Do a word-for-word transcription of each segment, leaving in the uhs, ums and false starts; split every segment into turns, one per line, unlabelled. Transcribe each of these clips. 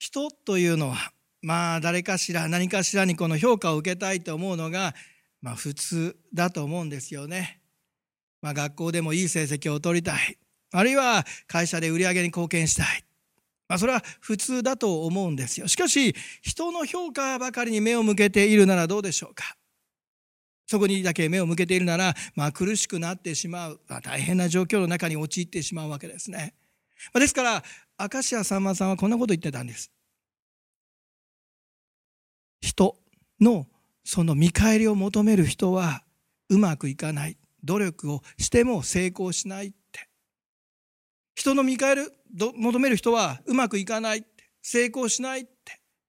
人というのは、まあ誰かしら何かしらにこの評価を受けたいと思うのが、まあ普通だと思うんですよね。まあ学校でもいい成績を取りたい。あるいは会社で売り上げに貢献したい。まあそれは普通だと思うんですよ。しかし、人の評価ばかりに目を向けているならどうでしょうか。そこにだけ目を向けているなら、まあ苦しくなってしまう、まあ、大変な状況の中に陥ってしまうわけですね。まあ、ですから、明石家さんまさんはこんなこと言ってたんです。人のその見返りを求める人はうまくいかない。努力をしても成功しないって。人の見返りを求める人はうまくいかないって。成功しないって。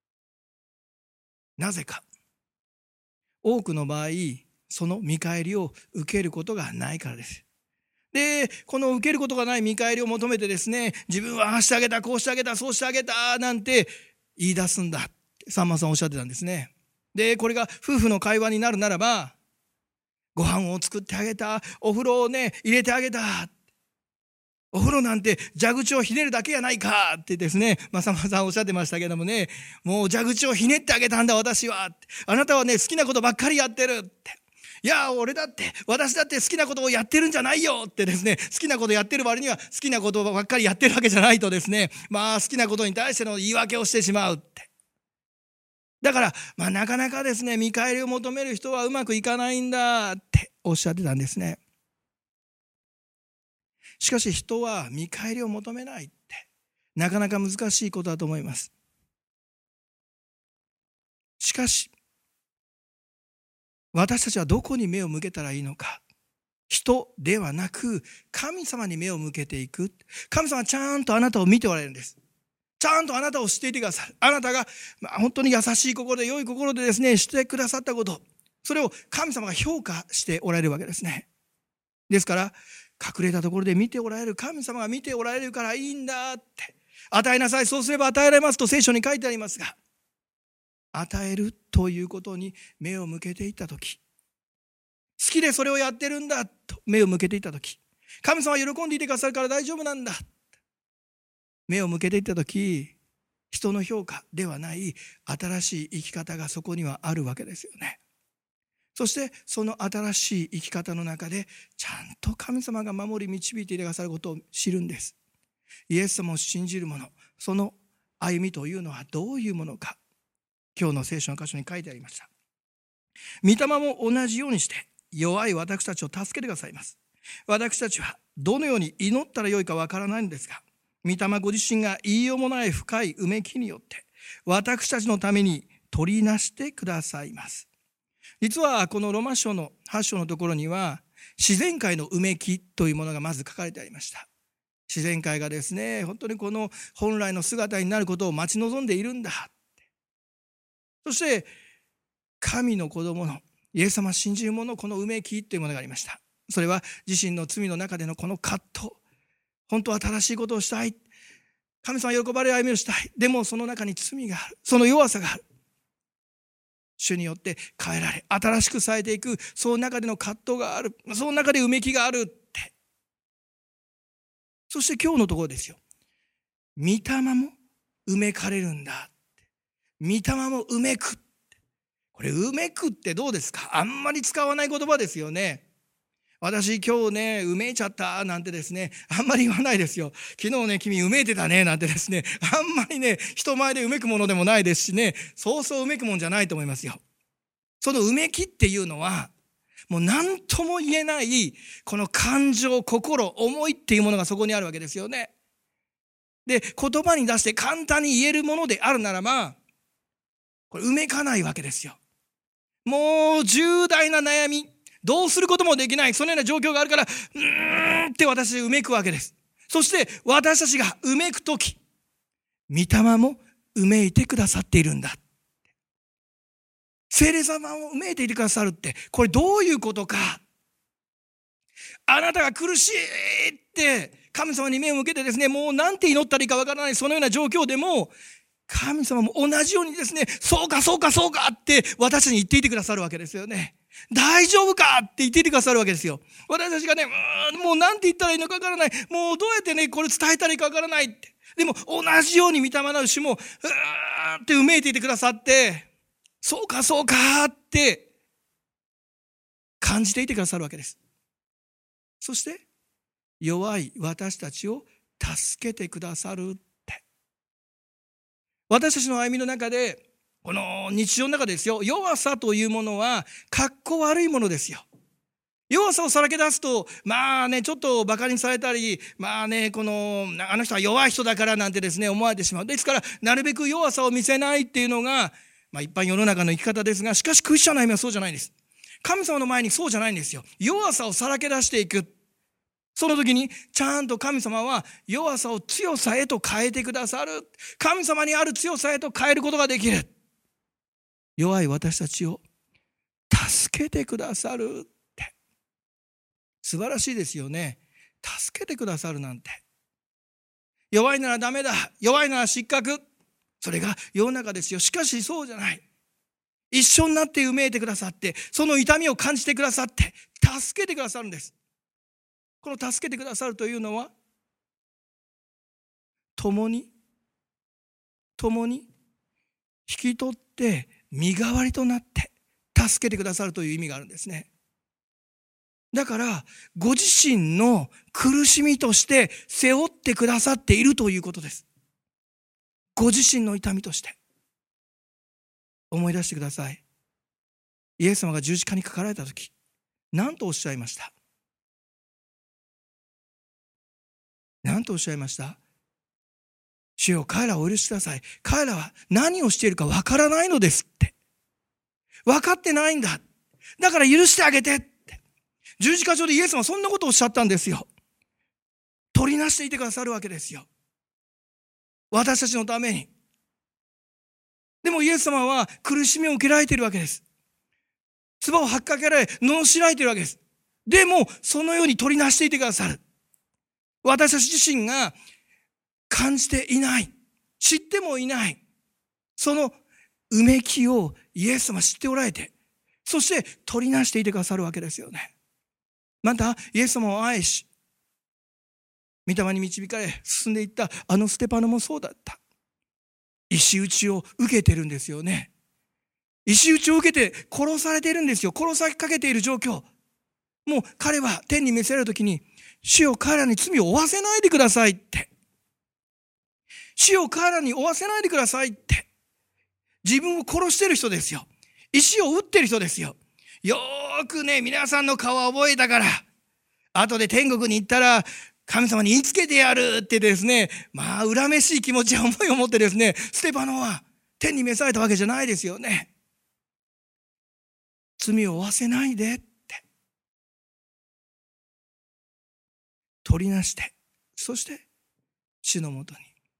なぜか。多くの場合、その見返りを受けることがないからです。で、この受けることがない見返りを求めてですね、自分はああしてあげた、こうしてあげた、そうしてあげた、なんて言い出すんだ。さんまさんおっしゃってたんですね。で、これが夫婦の会話になるならば、ご飯を作ってあげた、お風呂をね、入れてあげた。お風呂なんて蛇口をひねるだけやないかってですね、まあ、さんまさんおっしゃってましたけどもね、もう蛇口をひねってあげたんだ私は。あなたはね、好きなことばっかりやってるって。いや、俺だって、私だって好きなことをやってるんじゃないよってですね、好きなことやってる割には好きなことばっかりやってるわけじゃないとですね、まあ好きなことに対しての言い訳をしてしまうって。だから、まあなかなかですね、見返りを求める人はうまくいかないんだっておっしゃってたんですね。しかし人は見返りを求めないって、なかなか難しいことだと思います。しかし、私たちはどこに目を向けたらいいのか。人ではなく、神様に目を向けていく。神様はちゃんとあなたを見ておられるんです。ちゃんとあなたを知っていてくださる。あなたが、まあ、本当に優しい心で良い心でですね、してくださったこと。それを神様が評価しておられるわけですね。ですから、隠れたところで見ておられる神様が見ておられるからいいんだって。与えなさい、そうすれば与えられますと聖書に書いてありますが、与えるということに目を向けていったとき、好きでそれをやってるんだと目を向けていったとき、神様は喜んでいてくださるから大丈夫なんだ。目を向けていったとき、人の評価ではない新しい生き方がそこにはあるわけですよね。そしてその新しい生き方の中でちゃんと神様が守り導いていてくださることを知るんです。イエス様を信じる者、その歩みというのはどういうものか、今日の聖書の箇所に書いてありました。御霊も同じようにして弱い私たちを助けてくださいます。私たちはどのように祈ったらよいかわからないんですが、御霊ご自身が言いようもない深いうめきによって私たちのために取りなしてくださいます。実はこのローマ書のはち章のところには、自然界のうめきというものがまず書かれてありました。自然界がですね、本当にこの本来の姿になることを待ち望んでいるんだ。そして神の子供のイエス様を信じる者のこのうめきというものがありました。それは自身の罪の中でのこの葛藤、本当は正しいことをしたい、神様喜ばれる歩みをしたい、でもその中に罪がある、その弱さがある、主によって変えられ新しくされていく、その中での葛藤がある、その中でうめきがあるって。そして今日のところですよ、御霊もうめかれるんだって。御霊もうめくって、これうめくってどうですか。あんまり使わない言葉ですよね。私今日ねうめいちゃったなんてですね、あんまり言わないですよ。昨日ね君うめいてたねなんてですね、あんまりね人前でうめくものでもないですしね、そうそううめくもんじゃないと思いますよ。そのうめきっていうのはもう何とも言えないこの感情、心、思いっていうものがそこにあるわけですよね。で、言葉に出して簡単に言えるものであるならば、これうめかないわけですよ。もう重大な悩み、どうすることもできない、そのような状況があるから、うーんって私うめくわけです。そして私たちがうめくとき、御霊もうめいてくださっているんだ。聖霊様をうめいていてくださるって、これどういうことか。あなたが苦しいって神様に目を向けてですね、もうなんて祈ったらいいかわからない、そのような状況でも、神様も同じようにですね、そうかそうかそうかって私たちに言っていてくださるわけですよね。大丈夫かって言っていてくださるわけですよ。私たちがね、うーんもうなんて言ったらいいのかわからない、もうどうやってねこれ伝えたらいいかわからないって、 でも同じように御霊なる主もうーってうめいていてくださって、そうかそうかって感じていてくださるわけです。そして弱い私たちを助けてくださるって。私たちの歩みの中で、この日常の中ですよ、弱さというものはかっこ悪いものですよ。弱さをさらけ出すと、まあね、ちょっとバカにされたり、まあね、このあの人は弱い人だからなんてですね思われてしまう。ですからなるべく弱さを見せないっていうのが、まあ、一般世の中の生き方ですが、しかしクリスチャンの歩みはそうじゃないんです。神様の前にそうじゃないんですよ。弱さをさらけ出していく。その時にちゃんと神様は弱さを強さへと変えてくださる。神様にある強さへと変えることができる。弱い私たちを助けてくださるって。素晴らしいですよね。助けてくださるなんて。弱いならダメだ、弱いなら失格、それが世の中ですよ。しかしそうじゃない。一緒になってうめいてくださって、その痛みを感じてくださって助けてくださるんです。この助けてくださるというのは、共に共に引き取って身代わりとなって助けてくださるという意味があるんですね。だからご自身の苦しみとして背負ってくださっているということです。ご自身の痛みとして思い出してください。イエス様が十字架にかかられた時、何とおっしゃいました？何とおっしゃいました？主よ、彼らをお許しください。彼らは何をしているかわからないのですって。分かってないんだ。だから許してあげてって。十字架上でイエス様はそんなことをおっしゃったんですよ。取りなしていてくださるわけですよ。私たちのために。でもイエス様は苦しみを受けられているわけです。唾を吐きかけられ、罵られているわけです。でもそのように取りなしていてくださる。私たち自身が感じていない、知ってもいない、そのうめきをイエス様知っておられて、そして取りなしていてくださるわけですよね。またイエス様を愛し、御霊に導かれ進んでいったあのステパノもそうだった。石打ちを受けてるんですよね。石打ちを受けて殺されているんですよ。殺されかけている状況。もう彼は天に召せられるときに、主よ、彼らに罪を負わせないでくださいって。主よ、彼らに負わせないでくださいって。自分を殺してる人ですよ。石を撃ってる人ですよ。よーくね、皆さんの顔は覚えたから、後で天国に行ったら神様に言いつけてやるってですね、まあ恨めしい気持ちや思いを持ってですね、ステパノは天に召されたわけじゃないですよね。罪を負わせないでって取りなして、そして主のもとに。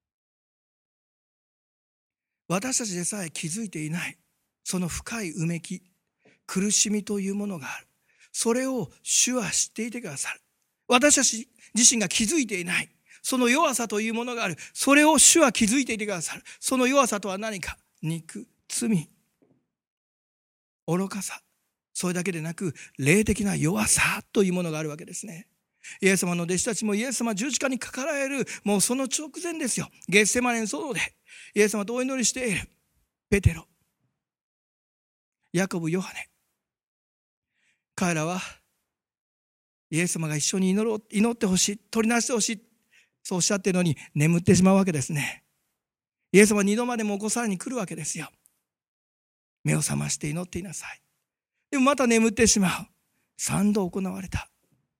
私たちでさえ気づいていないその深いうめき、苦しみというものがある。それを主は知っていてくださる。私たち自身が気づいていないその弱さというものがある。それを主は気づいていてくださる。その弱さとは何か？肉、罪、愚かさ、それだけでなく霊的な弱さというものがあるわけですね。イエス様の弟子たちもイエス様十字架にかかられるもうその直前ですよ。ゲッセマネの園でイエス様とお祈りしているペテロ、ヤコブ、ヨハネ、彼らはイエス様が一緒に祈ろう、祈ってほしい、取りなしてほしい、そうおっしゃっているのに眠ってしまうわけですね。イエス様は二度までも起こされに来るわけですよ。目を覚まして祈っていなさい。でもまた眠ってしまう。三度行われた。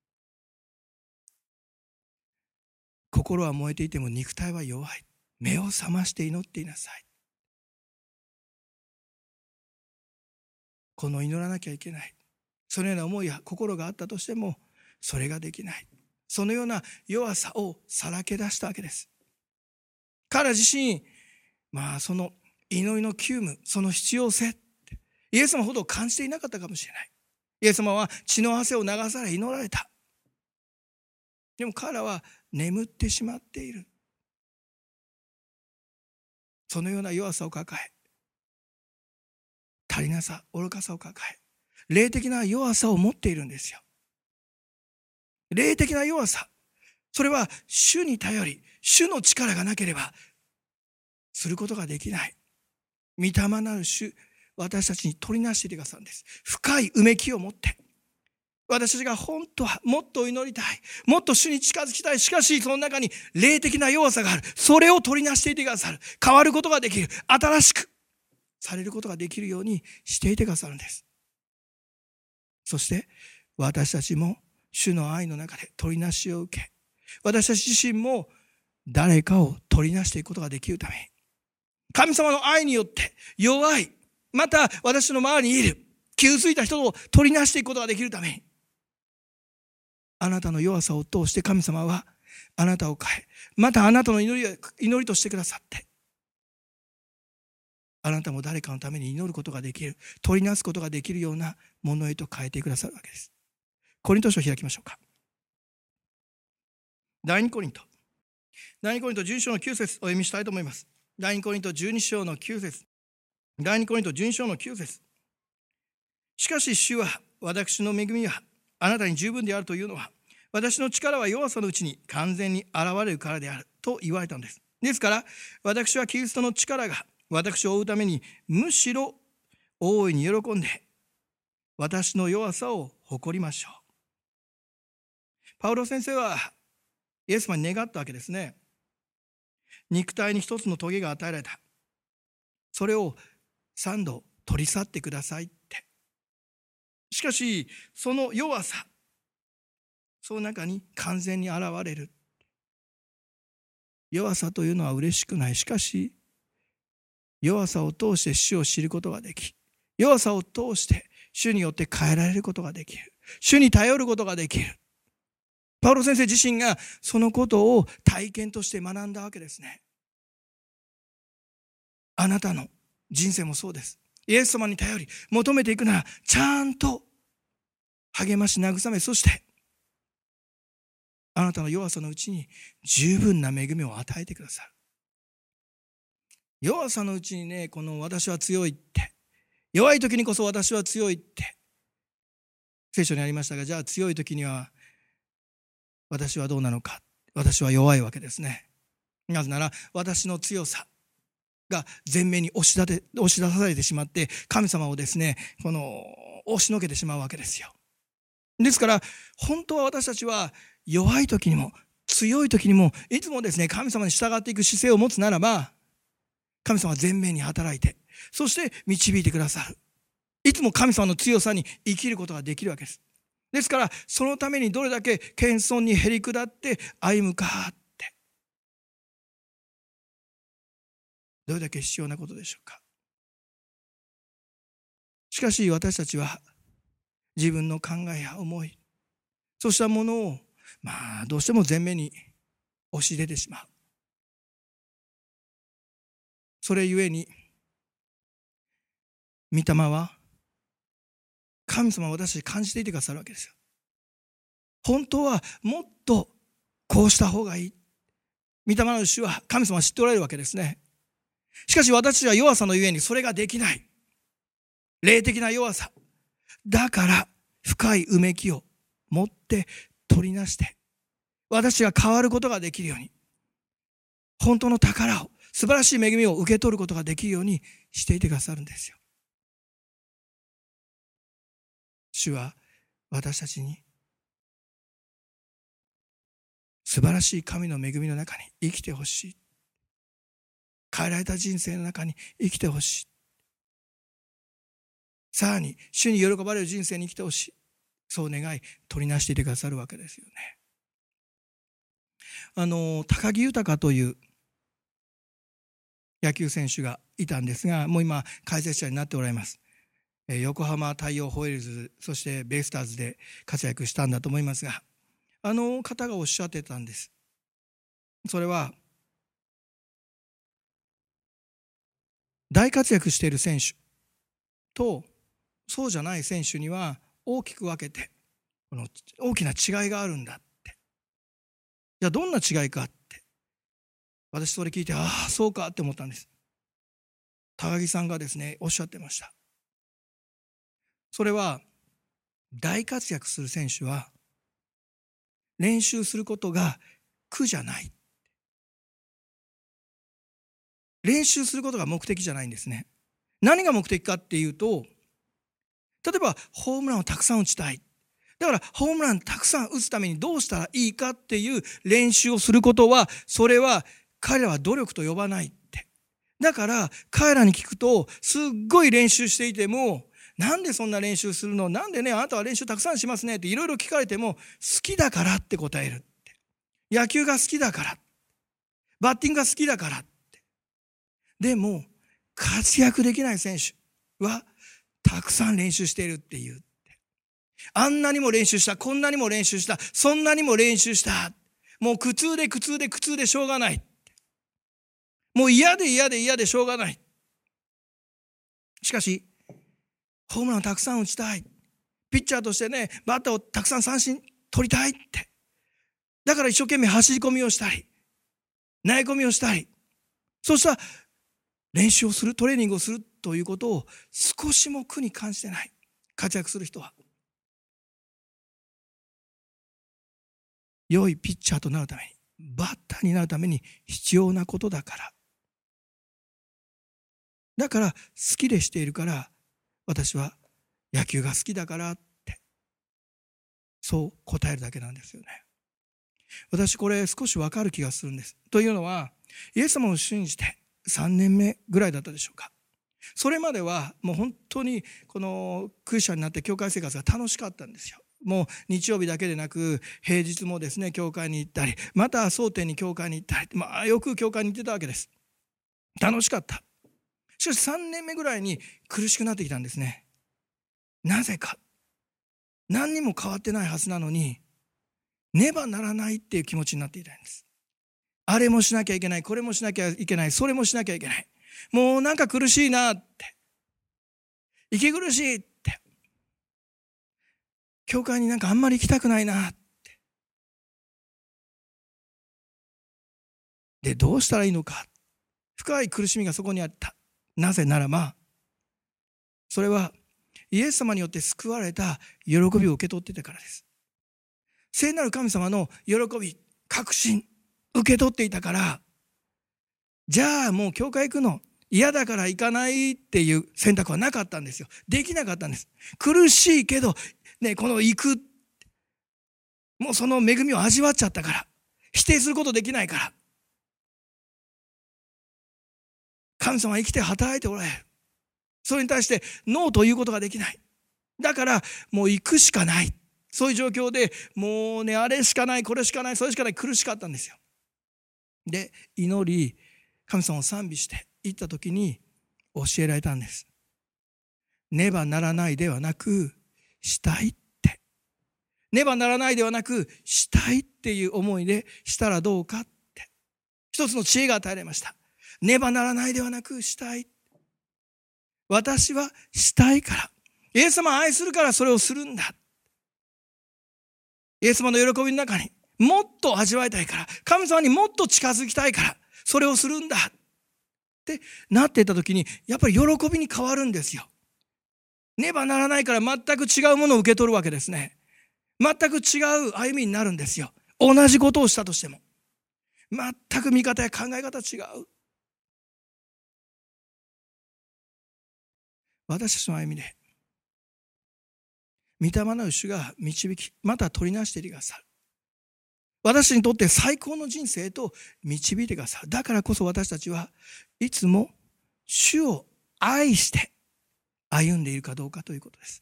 心は燃えていても肉体は弱い。目を覚まして祈っていなさい。この祈らなきゃいけない、そのような思いや心があったとしてもそれができない。そのような弱さをさらけ出したわけです。彼自身、まあその祈りの急務、その必要性、イエス様ほど感じていなかったかもしれない。イエス様は血の汗を流され祈られた。でも彼らは眠ってしまっている。そのような弱さを抱え、足りなさ、愚かさを抱え、霊的な弱さを持っているんですよ。霊的な弱さ、それは主に頼り、 主の力がなければすることができない。御霊なる主、私たちに取りなしていてくださるんです。深いうめきを持って、私たちが本当はもっと祈りたい、もっと主に近づきたい。しかしその中に霊的な弱さがある。それを取りなしていてくださる。変わることができる。新しくされることができるようにしていてくださるんです。そして私たちも主の愛の中で取りなしを受け、私たち自身も誰かを取りなしていくことができるために、神様の愛によって弱い、また私の周りにいる傷ついた人を取りなしていくことができるために、あなたの弱さを通して神様はあなたを変え、またあなたの祈りを祈りとしてくださって、あなたも誰かのために祈ることができる、取りなすことができるようなものへと変えてくださるわけです。コリント書を開きましょうか。第二コリント第二コリントじゅうに章のきゅう節お読みしたいと思います。第二コリントじゅうに章のきゅう節第二コリントじゅうに章のきゅう節しかし主は、私の恵みはあなたに十分であるというのは、私の力は弱さのうちに完全に現れるからであると言われたのです。ですから私はキリストの力が私を追うために、むしろ大いに喜んで私の弱さを誇りましょう。パウロ先生はイエス様に願ったわけですね。肉体に一つの棘が与えられた。それを三度取り去ってくださいって。しかしその弱さ、その中に完全に現れる。弱さというのは嬉しくない。しかし弱さを通して主を知ることができ、弱さを通して主によって変えられることができる。主に頼ることができる。パウロ先生自身がそのことを体験として学んだわけですね。あなたの人生もそうです。イエス様に頼り求めていくなら、ちゃんと励まし慰め、そしてあなたの弱さのうちに十分な恵みを与えてくださる。弱さのうちにね、この私は強いって、弱い時にこそ私は強いって聖書にありましたが、じゃあ強い時には私はどうなのか。私は弱いわけですね。なぜなら私の強さが前面に押し立て、押し出されてしまって、神様をですね、この押しのけてしまうわけですよ。ですから本当は私たちは弱い時にも強い時にもいつもですね、神様に従っていく姿勢を持つならば、神様は前面に働いて、そして導いてくださる。いつも神様の強さに生きることができるわけです。ですからそのためにどれだけ謙遜にへり下って歩むかって、どれだけ必要なことでしょうか。しかし私たちは自分の考えや思い、そうしたものをまあどうしても前面に押し出てしまう。それゆえに御霊は神様は私たち感じていてくださるわけですよ。本当はもっとこうした方がいい。御霊の主は神様は知っておられるわけですね。しかし私たちは弱さのゆえにそれができない。霊的な弱さ。だから深いうめきを持って取りなして、私が変わることができるように、本当の宝を、素晴らしい恵みを受け取ることができるようにしていてくださるんですよ。主は私たちに素晴らしい神の恵みの中に生きてほしい。変えられた人生の中に生きてほしい。さらに主に喜ばれる人生に生きてほしい。そう願い取りなしていてくださるわけですよね。あの高木豊という野球選手がいたんですが、もう今解説者になっておられます。横浜太陽ホエールズ、そしてベイスターズで活躍したんだと思いますが、あの方がおっしゃってたんです。それは大活躍している選手とそうじゃない選手には大きく分けて、この大きな違いがあるんだって。じゃあどんな違いかって、私それ聞いて、ああそうかって思ったんです。高木さんがですねおっしゃってました。それは大活躍する選手は練習することが苦じゃない。 練習することが目的じゃないんですね。何が目的かっていうと、例えばホームランをたくさん打ちたい。だからホームランたくさん打つためにどうしたらいいかっていう練習をすることは、それは彼らは努力と呼ばないって。だから彼らに聞くと、すっごい練習していても、なんでそんな練習するの？なんでね、あなたは練習たくさんしますねっていろいろ聞かれても、好きだからって答えるって。野球が好きだから。バッティングが好きだからって。でも、活躍できない選手はたくさん練習しているっていう。あんなにも練習した、こんなにも練習した、そんなにも練習した。もう苦痛で苦痛で苦痛でしょうがない。もう嫌で嫌で嫌でしょうがない。しかし、ホームランをたくさん打ちたい。ピッチャーとしてね、バッターをたくさん三振取りたいって。だから一生懸命走り込みをしたり、投げ込みをしたり、そうした練習をする、トレーニングをするということを少しも苦に感じてない。活躍する人は。良いピッチャーとなるために、バッターになるために必要なことだから。だから好きでしているから、私は野球が好きだからって、そう答えるだけなんですよね。私これ少しわかる気がするんです。というのは、イエス様を信じてさんねんめぐらいだったでしょうか。それまではもう本当にこのクリスチャンになって教会生活が楽しかったんですよ。もう日曜日だけでなく平日もですね、教会に行ったり、また蒼天に教会に行ったり、まあよく教会に行ってたわけです。楽しかった。しかしさんねんめぐらいに苦しくなってきたんですね。なぜか。何にも変わってないはずなのに、ねばならないっていう気持ちになっていたんです。あれもしなきゃいけない、これもしなきゃいけない、それもしなきゃいけない。もうなんか苦しいなって。息苦しいって。教会になんかあんまり行きたくないなって。で、どうしたらいいのか。深い苦しみがそこにあった。なぜならば、それはイエス様によって救われた喜びを受け取っていたからです。聖なる神様の喜び、確信、受け取っていたから、じゃあもう教会行くの嫌だから行かないっていう選択はなかったんですよ。できなかったんです。苦しいけど、ね、この行く、もうその恵みを味わっちゃったから、否定することできないから。神様は生きて働いておられる。それに対してノーということができない。だからもう行くしかない。そういう状況でもうね、あれしかない、これしかない、それしかない、苦しかったんですよ。で、祈り、神様を賛美して行った時に教えられたんです。ねばならないではなく、したいって。ねばならないではなく、したいっていう思いでしたらどうかって。一つの知恵が与えられました。ねばならないではなく、したい。私はしたいから。イエス様を愛するからそれをするんだ。イエス様の喜びの中にもっと味わいたいから、神様にもっと近づきたいから、それをするんだってなっていた時に、やっぱり喜びに変わるんですよ。ねばならないから全く違うものを受け取るわけですね。全く違う歩みになるんですよ。同じことをしたとしても。全く見方や考え方違う。私たちの歩みで、御霊の主が導き、また取りなしていてくださる。私にとって最高の人生へと導いてくださる。だからこそ私たちはいつも主を愛して歩んでいるかどうかということです。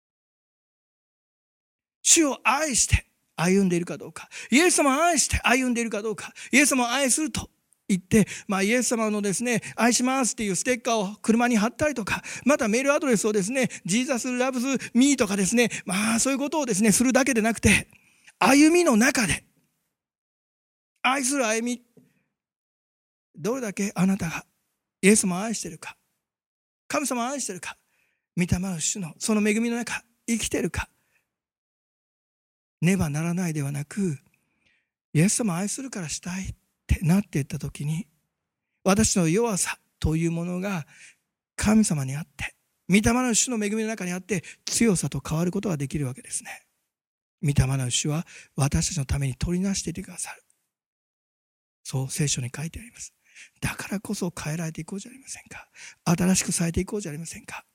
主を愛して歩んでいるかどうか。イエス様を愛して歩んでいるかどうか。イエス様を愛すると言って、まあ、イエス様のですね、愛しますっていうステッカーを車に貼ったりとか、またメールアドレスをですね、ジーザスラブズミーとかですね、まあそういうことをですね、するだけでなくて、歩みの中で、愛する歩み、どれだけあなたがイエス様を愛しているか、神様を愛しているか、御霊の主のその恵みの中、生きているか、ねばならないではなく、イエス様を愛するからしたいってなっていったときに、私の弱さというものが神様にあって、御霊の主の恵みの中にあって強さと変わることができるわけですね。御霊の主は私たちのために取りなしていてくださる。そう聖書に書いてあります。 だからこそ変えられていこうじゃありませんか。新しくされていこうじゃありませんか。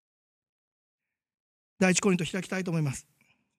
第一コリント開きたいと思います。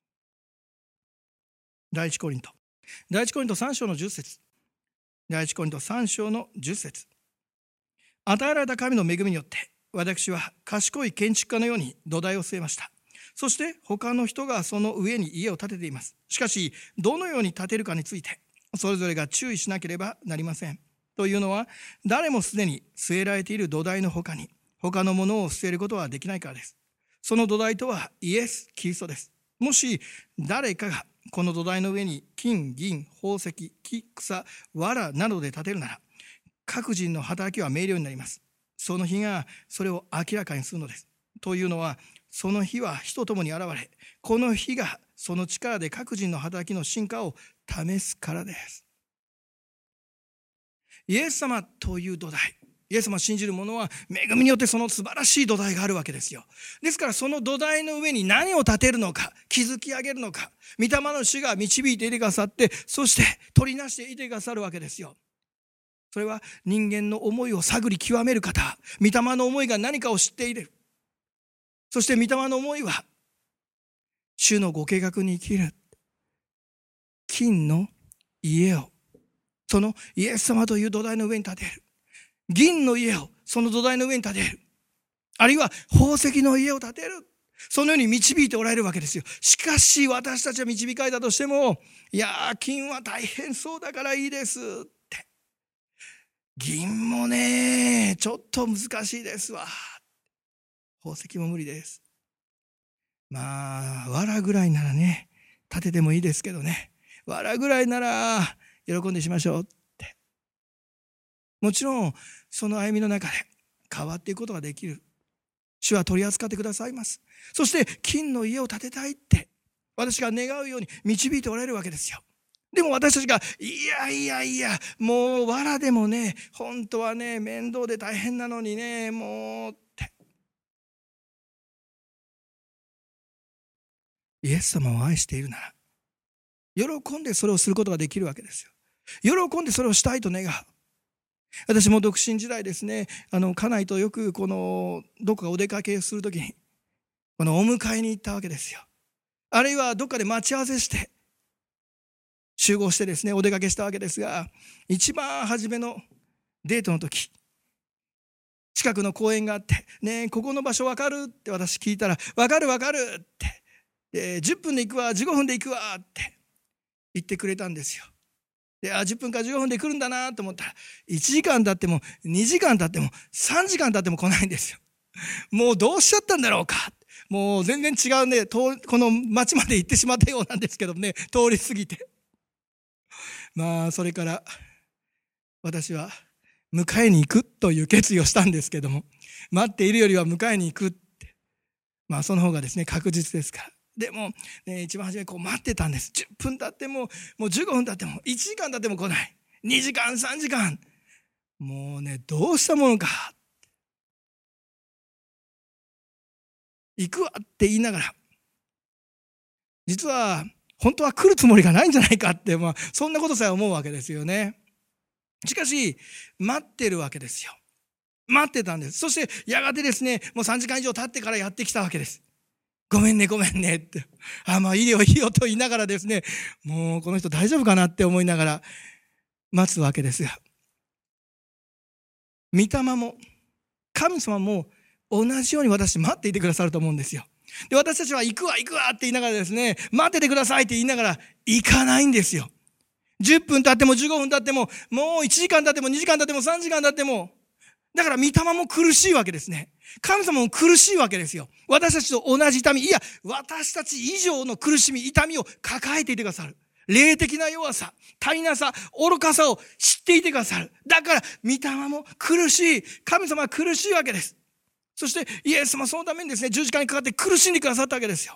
第一コリント。第一コリントさん章のじゅっ節。第一コリントさん章のじゅっ節。与えられた神の恵みによって、私は賢い建築家のように土台を据えました。そして他の人がその上に家を建てています。しかし、どのように建てるかについて、それぞれが注意しなければなりません。というのは、誰もすでに据えられている土台の他に、他のものを据えることはできないからです。その土台とはイエス・キリストです。もし誰かがこの土台の上に金、銀、宝石、木、草、藁などで建てるなら、各人の働きは明瞭になります。その日がそれを明らかにするのです。というのは、その日は火とともに現れ、この日がその力で各人の働きの真価を試すからです。イエス様という土台、イエス様を信じる者は恵みによってその素晴らしい土台があるわけですよ。ですからその土台の上に何を建てるのか、築き上げるのか、御霊の主が導いていてくださって、そして取りなしていてくださるわけですよ。それは人間の思いを探り極める方、御霊の思いが何かを知っている。そして御霊の思いは主のご計画に生きる金の家をそのイエス様という土台の上に建てる。銀の家をその土台の上に建てる。あるいは宝石の家を建てる。そのように導いておられるわけですよ。しかし私たちは導かれたとしても、いやー金は大変そうだからいいですって。銀もね、ちょっと難しいですわ。宝石も無理です。まあ、藁ぐらいならね、建ててもいいですけどね。藁ぐらいなら、喜んでしましょうって。もちろんその歩みの中で変わっていくことができる。主は取り扱ってくださいます。そして金の家を建てたいって私が願うように導いておられるわけですよ。でも私たちがいやいやいやもう藁でもね本当はね面倒で大変なのにねもうってイエス様を愛しているなら喜んでそれをすることができるわけですよ。喜んでそれをしたいと願う。私も独身時代ですね、あの家内とよくこのどこかお出かけするときにこのお迎えに行ったわけですよ。あるいはどっかで待ち合わせして集合してですねお出かけしたわけですが、一番初めのデートの時近くの公園があってね、ここの場所分かるって私聞いたら分かる分かるってでじゅっぷんで行くわじゅうごふんで行くわって言ってくれたんですよ。であじゅっぷんかじゅうごふんで来るんだなと思ったらいちじかん経ってもにじかん経ってもさんじかん経っても来ないんですよ。もうどうしちゃったんだろうか。もう全然違うねこの町まで行ってしまったようなんですけどね、通り過ぎてまあそれから私は迎えに行くという決意をしたんですけども、待っているよりは迎えに行くって、まあその方がですね確実ですから。でも、ね、一番初めこう待ってたんです。じゅっぷん経ってももうじゅうごふん経ってもいちじかん経っても来ない。にじかんさんじかんもうねどうしたものか行くわって言いながら実は本当は来るつもりがないんじゃないかって、まあ、そんなことさえ思うわけですよね。しかし待ってるわけですよ。待ってたんです。そしてやがてですねもうさんじかん以上経ってからやってきたわけです。ごめんねごめんねってあまあいいよいいよと言いながらですねもうこの人大丈夫かなって思いながら待つわけですが、御霊も神様も同じように私待っていてくださると思うんですよ。で私たちは行くわ行くわって言いながらですね待っててくださいって言いながら行かないんですよ。じゅっぷん経ってもじゅうごふん経ってももういちじかん経ってもにじかん経ってもさんじかん経っても、だから御霊も苦しいわけですね。神様も苦しいわけですよ。私たちと同じ痛み、いや私たち以上の苦しみ痛みを抱えていてくださる。霊的な弱さ、足りなさ、愚かさを知っていてくださる。だから御霊も苦しい、神様は苦しいわけです。そしてイエス様はそのためにですね十字架にかかって苦しんでくださったわけですよ。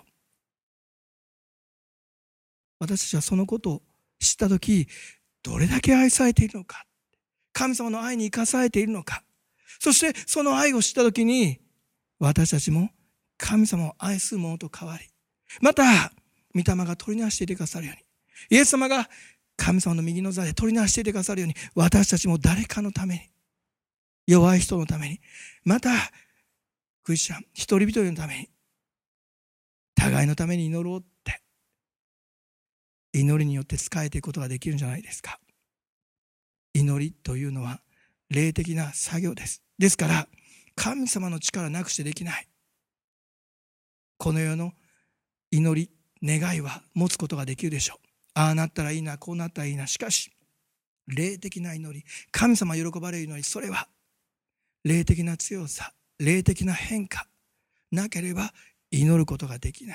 私たちはそのことを知ったときどれだけ愛されているのか、神様の愛に生かされているのか、そしてその愛を知ったときに私たちも神様を愛する者と変わり、また御霊が取りなしていてくださるように、イエス様が神様の右の座で取りなしていてくださるように、私たちも誰かのために、弱い人のために、またクリスチャン一人一人のために、互いのために祈ろうって、祈りによって仕えていくことができるんじゃないですか。祈りというのは霊的な作業です。ですから神様の力なくしてできない。この世の祈り、願いは持つことができるでしょう。ああなったらいいな、こうなったらいいな。しかし霊的な祈り、神様喜ばれる祈り、それは霊的な強さ、霊的な変化なければ祈ることができない。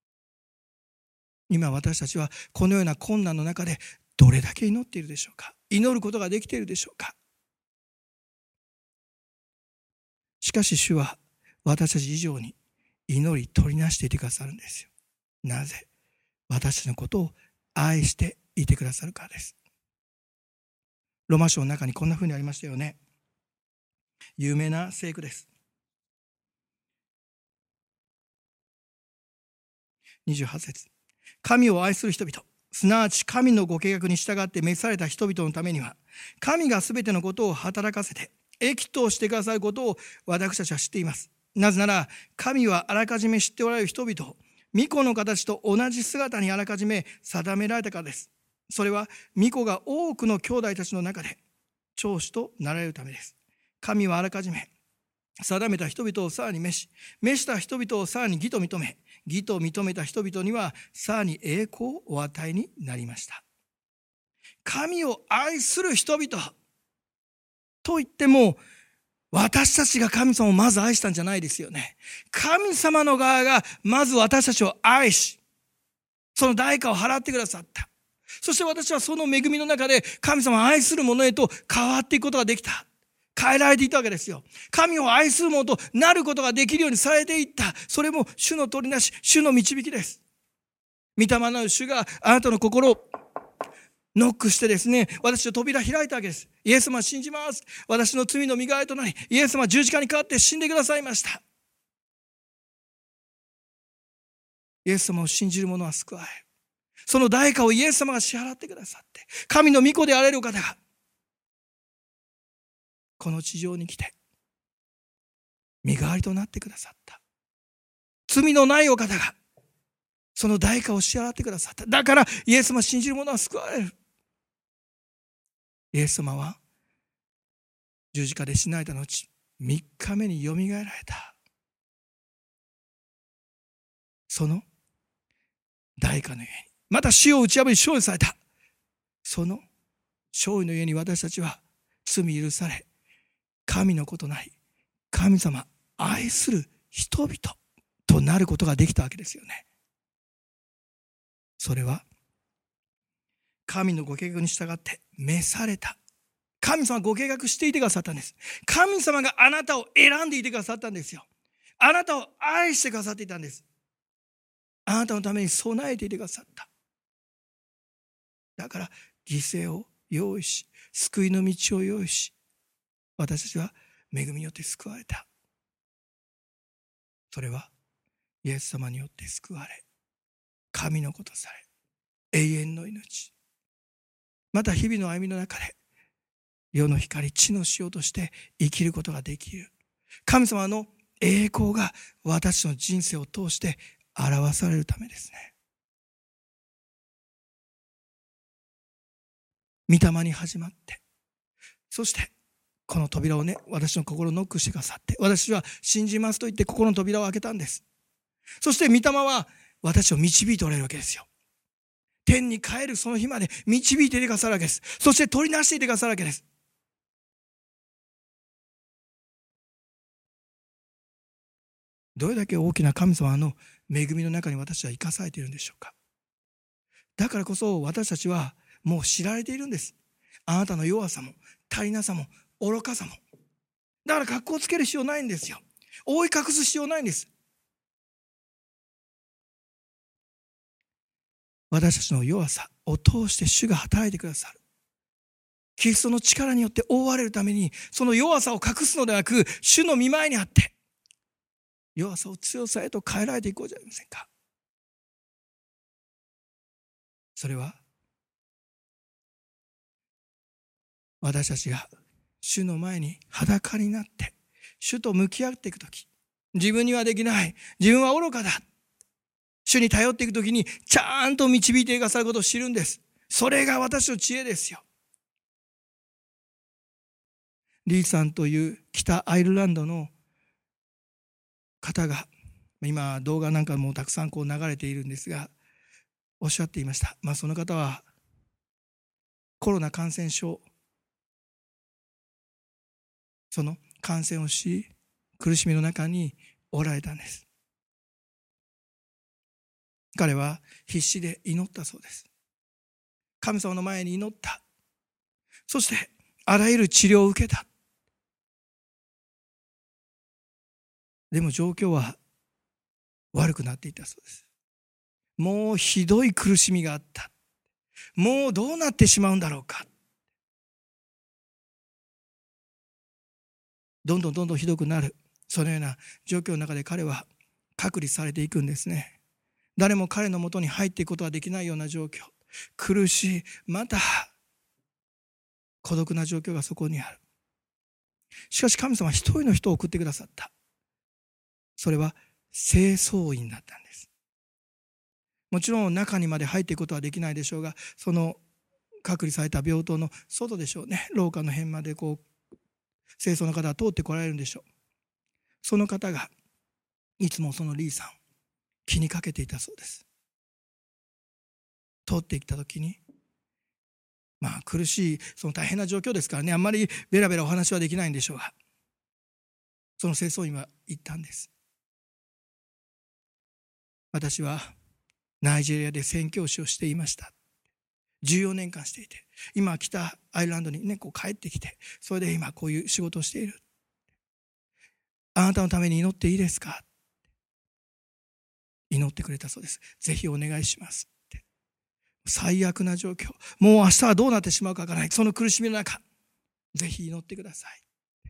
今私たちはこのような困難の中でどれだけ祈っているでしょうか。祈ることができているでしょうか。しかし主は私たち以上に祈り取りなしていてくださるんですよ。なぜ？私たちのことを愛していてくださるからです。ローマ書の中にこんなふうにありましたよね。有名な聖句です。にじゅうはち節。神を愛する人々、すなわち神のご計画に従って召された人々のためには、神がすべてのことを働かせて益としてくださることを私たちは知っています。なぜなら神はあらかじめ知っておられる人々を御子の形と同じ姿にあらかじめ定められたからです。それは御子が多くの兄弟たちの中で長子となられるためです。神はあらかじめ定めた人々をさらに召し、召した人々をさらに義と認め、義と認めた人々にはさらに栄光をお与えになりました。神を愛する人々と言っても、私たちが神様をまず愛したんじゃないですよね。神様の側がまず私たちを愛し、その代価を払ってくださった。そして私はその恵みの中で神様を愛する者へと変わっていくことができた。変えられていたわけですよ。神を愛する者となることができるようにされていった。それも主の取りなし、主の導きです。御霊なる主があなたの心をノックしてですね、私の扉開いたわけです。イエス様を信じます。私の罪の身代わりとなり、イエス様は十字架にかかって死んでくださいました。イエス様を信じる者は救われる。その代価をイエス様が支払ってくださって、神の御子であられるお方がこの地上に来て身代わりとなってくださった。罪のないお方がその代価を支払ってくださった。だからイエス様を信じる者は救われる。イエス様は十字架で死なれた後、三日目によみがえられた。その代価のゆえに、また死を打ち破り勝利された。その勝利のゆえに私たちは罪許され、神の子となり、神様愛する人々となることができたわけですよね。それは神のご計画に従って召された。神様がご計画していてくださったんです。神様があなたを選んでいてくださったんですよ。あなたを愛してくださっていたんです。あなたのために備えていてくださった。だから犠牲を用意し、救いの道を用意し、私たちは恵みによって救われた。それはイエス様によって救われ、神の子とされ、永遠の命、また日々の歩みの中で世の光、地の塩として生きることができる。神様の栄光が私の人生を通して表されるためですね。御霊に始まって、そしてこの扉をね、私の心をノックしてくださって、私は信じますと言って心の扉を開けたんです。そして御霊は私を導いておられるわけですよ。天に帰るその日まで導いていてくださるわけです。そして取りなしていてくださるわけです。どれだけ大きな神様の恵みの中に私は生かされているんでしょうか。だからこそ私たちはもう知られているんです。あなたの弱さも足りなさも愚かさも。だから格好つける必要ないんですよ。覆い隠す必要ないんです。私たちの弱さを通して主が働いてくださる。キリストの力によって覆われるために、その弱さを隠すのではなく、主の御前にあって弱さを強さへと変えられていこうじゃありませんか。それは私たちが主の前に裸になって主と向き合っていくとき、自分にはできない、自分は愚かだ、主に頼っていくときにちゃんと導いてくださることを知るんです。それが私の知恵ですよ。リーさんという北アイルランドの方が、今動画なんかもたくさんこう流れているんですが、おっしゃっていました。まあその方はコロナ感染症、その感染をし、苦しみの中におられたんです。彼は必死で祈ったそうです。神様の前に祈った。そしてあらゆる治療を受けた。でも状況は悪くなっていたそうです。もうひどい苦しみがあった。もうどうなってしまうんだろうか。どんどんどんどんひどくなる、そのような状況の中で彼は隔離されていくんですね。誰も彼のもとに入っていくことができないような状況、苦しい、また孤独な状況がそこにある。しかし神様は一人の人を送ってくださった。それは清掃員だったんです。もちろん中にまで入っていくことはできないでしょうが、その隔離された病棟の外でしょうね、廊下の辺までこう清掃の方は通ってこられるんでしょう。その方がいつもそのリーさんを気にかけていたそうです。通ってきた時に、まあ苦しい、その大変な状況ですからね、あんまりベラベラお話はできないんでしょうが、その清掃員は言ったんです。私はナイジェリアで宣教師をしていました。じゅうよねんかんしていて、今北アイルランドにね、こう帰ってきて、それで今こういう仕事をしている。あなたのために祈っていいですか？祈ってくれたそうです。ぜひお願いしますって。最悪な状況、もう明日はどうなってしまうかわからない、その苦しみの中、ぜひ祈ってください。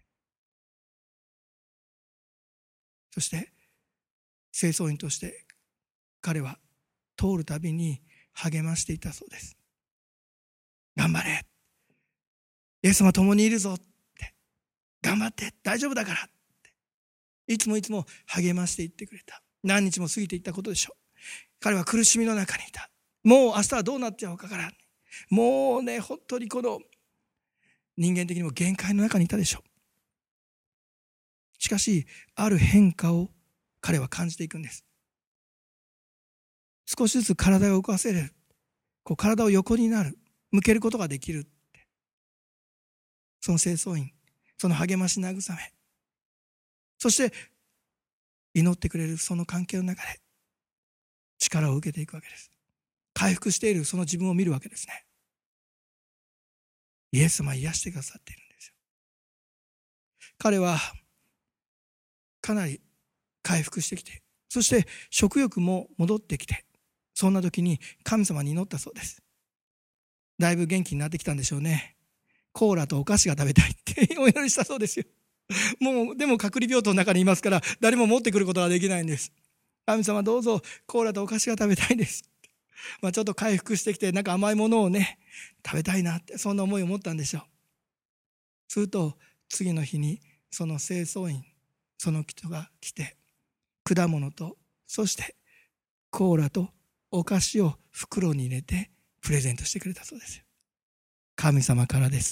そして清掃員として彼は通るたびに励ましていたそうです。頑張れ、イエス様共にいるぞって、頑張って大丈夫だからって、いつもいつも励ましていってくれた。何日も過ぎていったことでしょう。彼は苦しみの中にいた。もう明日はどうなっちゃうかからん、もうね、本当にこの人間的にも限界の中にいたでしょう。しかしある変化を彼は感じていくんです。少しずつ体が動かせる、こう体を横になる、向けることができるって、その清掃員、その励まし慰め、そして祈ってくれるその関係の中で力を受けていくわけです。回復しているその自分を見るわけですね。イエス様は癒してくださっているんですよ。彼はかなり回復してきて、そして食欲も戻ってきて、そんな時に神様に祈ったそうです。だいぶ元気になってきたんでしょうね。コーラとお菓子が食べたいってお祈りしたそうですよ。もうでも隔離病棟の中にいますから誰も持ってくることができないんです。神様どうぞコーラとお菓子が食べたいです。まあちょっと回復してきて、なんか甘いものをね食べたいなって、そんな思いを持ったんでしょう。すると次の日にその清掃員、その人が来て、果物とそしてコーラとお菓子を袋に入れてプレゼントしてくれたそうですよ。神様からです。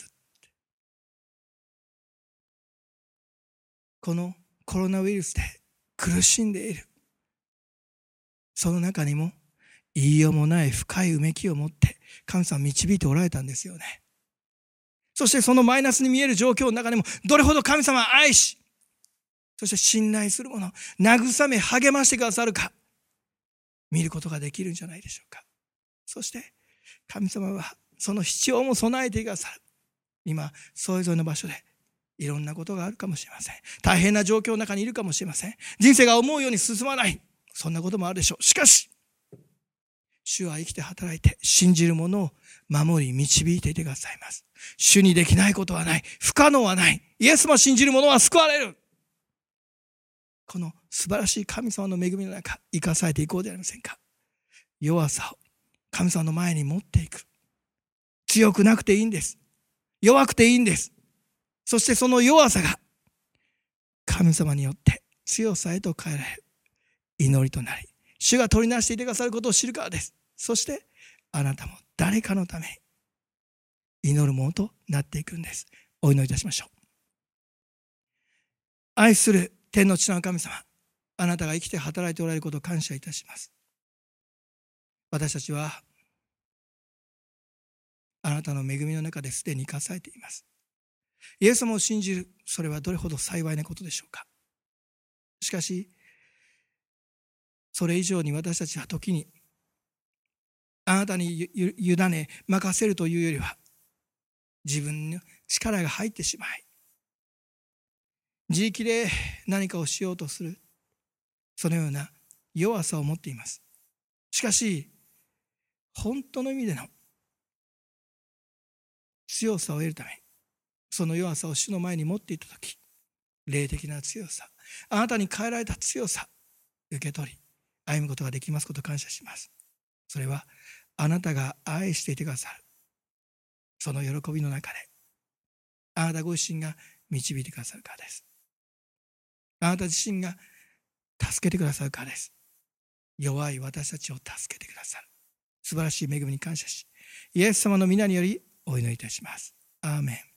このコロナウイルスで苦しんでいる、その中にも言いようもない深いうめきを持って神様導いておられたんですよね。そしてそのマイナスに見える状況の中でもどれほど神様を愛し、そして信頼するもの、慰め励ましてくださるか見ることができるんじゃないでしょうか。そして神様はその必要も備えてくださる。今それぞれの場所でいろんなことがあるかもしれません。大変な状況の中にいるかもしれません。人生が思うように進まない、そんなこともあるでしょう。しかし主は生きて働いて信じる者を守り導いていてくださいます。主にできないことはない、不可能はない。イエスも信じる者は救われる。この素晴らしい神様の恵みの中生かされていこうではありませんか。弱さを神様の前に持っていく。強くなくていいんです。 弱くていいんです。そしてその弱さが神様によって強さへと変えられる祈りとなり、主が取りなしていてくださることを知るからです。そしてあなたも誰かのために祈るものとなっていくんです。お祈りいたしましょう。愛する天の父の神様、あなたが生きて働いておられることを感謝いたします。私たちはあなたの恵みの中ですでに生かされています。イエス様を信じる、それはどれほど幸いなことでしょうか。しかしそれ以上に私たちは時にあなたに委ね任せるというよりは、自分の力が入ってしまい自力で何かをしようとする、そのような弱さを持っています。しかし本当の意味での強さを得るために、その弱さを主の前に持っていたとき、霊的な強さ、あなたに変えられた強さ受け取り歩むことができますことを感謝します。それはあなたが愛していてくださるその喜びの中で、あなたご自身が導いてくださるからです。あなた自身が助けてくださるからです。弱い私たちを助けてくださる素晴らしい恵みに感謝し、イエス様の皆によりお祈りいたします。アーメン。